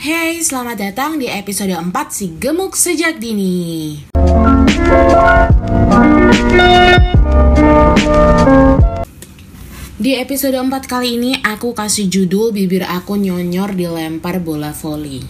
Hey, selamat datang di episode 4 Si Gemuk Sejak Dini. Di episode 4 kali ini aku kasih judul bibir aku nyonyor dilempar bola voli.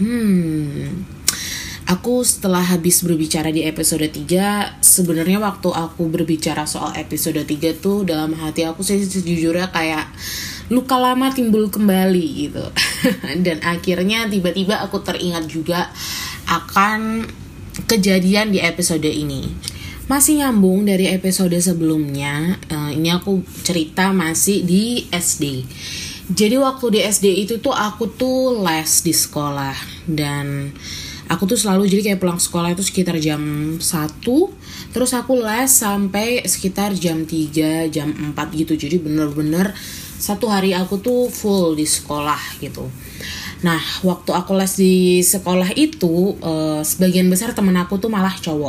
Aku setelah habis berbicara di episode 3, sebenarnya waktu aku berbicara soal episode 3 tuh dalam hati aku sih sejujurnya kayak luka lama timbul kembali gitu. Dan akhirnya tiba-tiba aku teringat juga akan kejadian di episode ini. Masih nyambung dari episode sebelumnya, ini aku cerita masih di SD. Jadi waktu di SD itu tuh aku tuh les di sekolah. Dan aku tuh selalu jadi kayak pulang sekolah itu sekitar jam 1. Terus aku les sampai sekitar jam 3, jam 4 gitu. Jadi bener-bener satu hari aku tuh full di sekolah gitu. Nah, waktu aku les di sekolah itu, sebagian besar temen aku tuh malah cowok.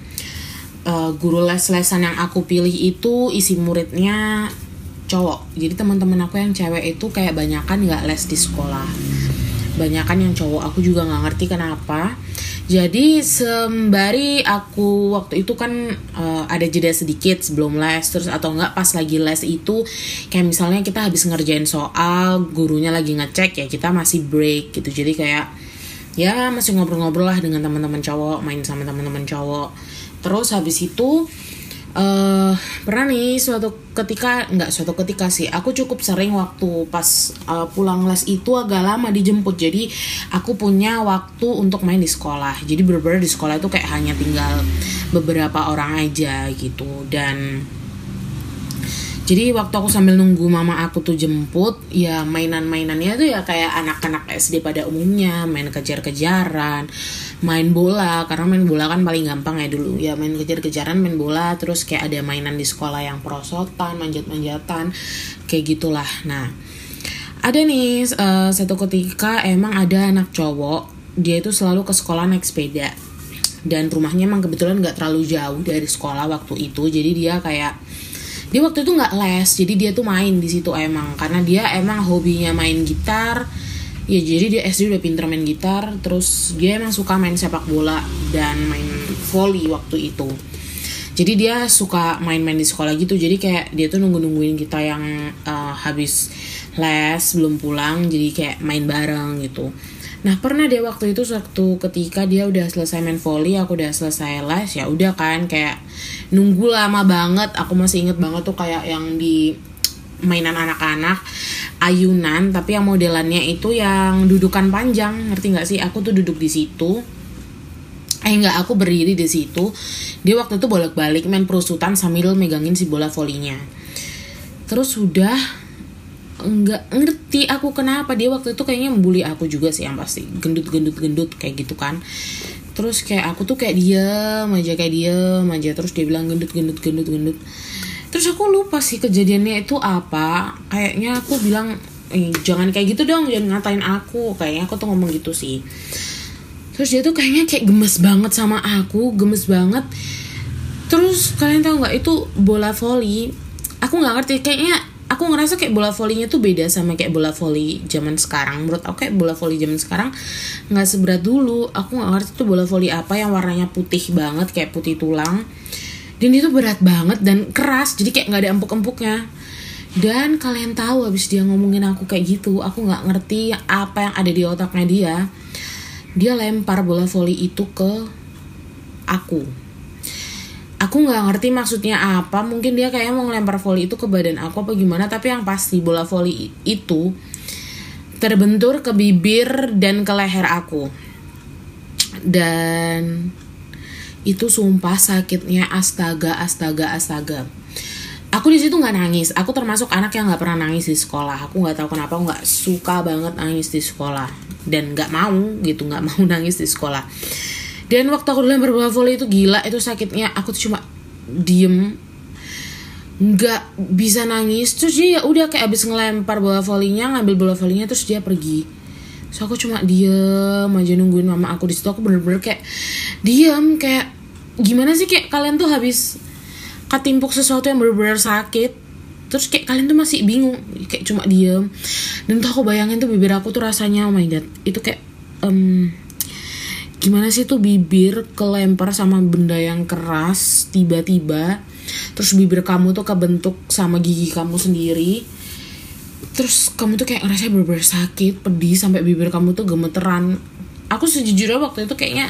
Guru les-lesan yang aku pilih itu isi muridnya cowok. Jadi teman-teman aku yang cewek itu kayak banyakan nggak les di sekolah. Banyakan yang cowok, aku juga nggak ngerti kenapa. Jadi sembari aku waktu itu kan ada jeda sedikit sebelum les, terus atau enggak pas lagi les itu kayak misalnya kita habis ngerjain soal, gurunya lagi ngecek ya kita masih break gitu. Jadi kayak ya masih ngobrol-ngobrol lah dengan teman-teman cowok, main sama teman-teman cowok. Terus habis itu pernah nih suatu ketika sih aku cukup sering waktu pas pulang les itu agak lama dijemput, jadi aku punya waktu untuk main di sekolah. Jadi bener-bener di sekolah itu kayak hanya tinggal beberapa orang aja gitu. Dan jadi waktu aku sambil nunggu mama aku tuh jemput, ya mainan-mainannya tuh ya kayak anak-anak SD pada umumnya, main kejar-kejaran, main bola, karena main bola kan paling gampang ya dulu. Ya main kejar-kejaran, main bola, terus kayak ada mainan di sekolah yang perosotan, manjat-manjatan, kayak gitulah. Nah, ada nih satu ketika emang ada anak cowok, dia itu selalu ke sekolah naik sepeda. Dan rumahnya emang kebetulan gak terlalu jauh dari sekolah waktu itu, jadi dia waktu itu nggak les, jadi dia tuh main di situ emang karena dia emang hobinya main gitar ya. Jadi dia SD udah pinter main gitar, terus dia emang suka main sepak bola dan main volley waktu itu. Jadi dia suka main-main di sekolah gitu, jadi kayak dia tuh nungguin kita yang habis les belum pulang, jadi kayak main bareng gitu. Nah pernah dia waktu itu ketika dia udah selesai main volley, aku udah selesai les, ya udah kan kayak nunggu lama banget. Aku masih inget banget tuh kayak yang di mainan anak-anak ayunan, tapi yang modelannya itu yang dudukan panjang, ngerti nggak sih? Aku tuh duduk di situ, aku berdiri di situ. Dia waktu itu bolak-balik main perusutan sambil megangin si bola volinya. Terus udah nggak ngerti aku kenapa dia waktu itu kayaknya membuli aku juga sih, yang pasti gendut kayak gitu kan. Terus kayak aku tuh kayak diem aja terus dia bilang gendut. Terus aku lupa sih kejadiannya itu apa. Kayaknya aku bilang jangan kayak gitu dong, jangan ngatain aku. Kayaknya aku tuh ngomong gitu sih. Terus dia tuh kayaknya kayak gemes banget sama aku, gemes banget. Terus kalian tahu nggak, itu bola voli. Aku nggak ngerti, kayaknya aku ngerasa kayak bola volinya tuh beda sama kayak bola voli zaman sekarang. Menurut aku kayak bola voli zaman sekarang nggak seberat dulu. Aku nggak ngerti tuh bola voli apa yang warnanya putih banget, kayak putih tulang. Dan itu berat banget dan keras, jadi kayak nggak ada empuk-empuknya. Dan kalian tahu abis dia ngomongin aku kayak gitu, aku nggak ngerti apa yang ada di otaknya dia. Dia lempar bola voli itu ke aku. Aku nggak ngerti maksudnya apa. Mungkin dia kayaknya mau ngelempar voli itu ke badan aku apa gimana. Tapi yang pasti bola voli itu terbentur ke bibir dan ke leher aku. Dan itu sumpah sakitnya astaga. Aku di situ nggak nangis. Aku termasuk anak yang nggak pernah nangis di sekolah. Aku nggak tahu kenapa, aku nggak suka banget nangis di sekolah dan nggak mau nangis di sekolah. Dan waktu aku dilempar bola voli itu gila, itu sakitnya. Aku tuh cuma diem, nggak bisa nangis. Terus dia udah kayak abis ngelempar bola volinya, ngambil bola volinya, terus dia pergi. So aku cuma diem aja nungguin mama aku di situ. Aku bener-bener kayak diem, kayak gimana sih, kayak kalian tuh habis ketimpuk sesuatu yang bener-bener sakit, terus kayak kalian tuh masih bingung, kayak cuma diem. Dan tuh aku bayangin tuh bibir aku tuh rasanya, oh my god, itu kayak gimana sih tuh bibir kelempar sama benda yang keras tiba-tiba, terus bibir kamu tuh kebentuk sama gigi kamu sendiri, terus kamu tuh kayak ngerasa bener-bener sakit, pedih, sampai bibir kamu tuh gemeteran. Aku sejujurnya waktu itu kayaknya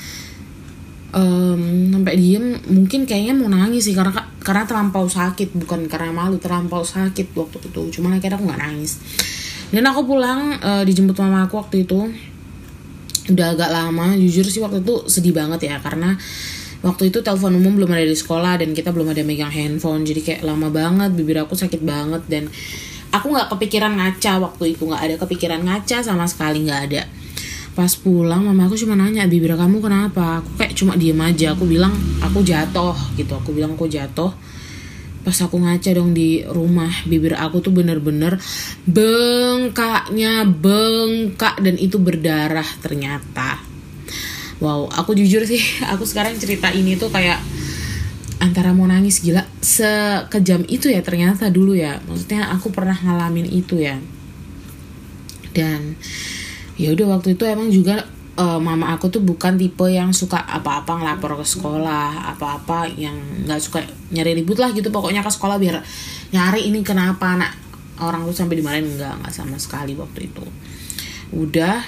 sampai diem, mungkin kayaknya mau nangis sih, karena terlampau sakit, bukan karena malu, terlampau sakit waktu itu. Cuman akhirnya aku nggak nangis. Dan aku pulang, dijemput mama aku waktu itu. Udah agak lama, jujur sih waktu itu sedih banget ya, karena waktu itu telepon umum belum ada di sekolah dan kita belum ada megang handphone, jadi kayak lama banget, bibir aku sakit banget. Dan aku nggak kepikiran ngaca waktu itu, nggak ada kepikiran ngaca sama sekali, nggak ada. Pas pulang mama aku cuma nanya, bibir kamu kenapa? Aku kayak cuma diem aja, aku bilang aku jatuh gitu, aku bilang aku jatuh. Pas aku ngaca dong di rumah, bibir aku tuh bener-bener bengkak dan itu berdarah ternyata. Wow, aku jujur sih, aku sekarang cerita ini tuh kayak antara mau nangis, gila sekejam itu ya ternyata dulu ya. Maksudnya aku pernah ngalamin itu ya. Dan ya udah waktu itu emang juga mama aku tuh bukan tipe yang suka apa-apa ngelapor ke sekolah, apa-apa yang nggak suka nyari ribut lah gitu, pokoknya ke sekolah biar nyari ini kenapa anak orang tuh sampai dimarahin, nggak sama sekali waktu itu. Udah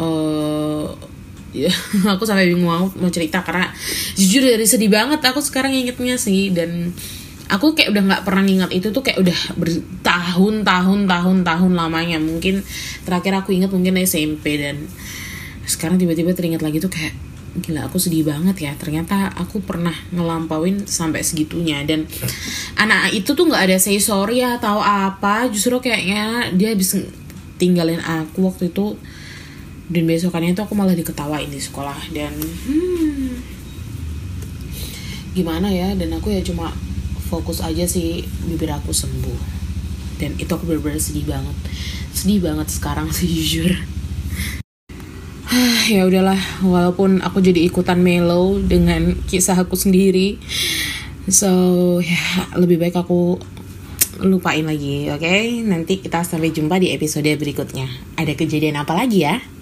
ya, aku sampai bingung mau cerita karena jujur dari sedih banget aku sekarang ingetnya sih. Dan aku kayak udah nggak pernah ingat itu tuh, kayak udah bertahun-tahun lamanya. Mungkin terakhir aku ingat mungkin SMP, dan sekarang tiba-tiba teringat lagi tuh kayak gila, aku sedih banget ya. Ternyata aku pernah ngelampauin sampai segitunya. Dan anak itu tuh nggak ada say sorry atau apa, justru kayaknya dia habis tinggalin aku waktu itu. Dan besokannya itu aku malah diketawain di sekolah. Dan gimana ya, dan aku ya cuma fokus aja sih bibir aku sembuh. Dan itu aku bener-bener sedih banget sekarang sih jujur. Ya udahlah, walaupun aku jadi ikutan mellow dengan kisah aku sendiri, so ya lebih baik aku lupain lagi, oke? Nanti kita sampai jumpa di episode berikutnya. Ada kejadian apa lagi ya?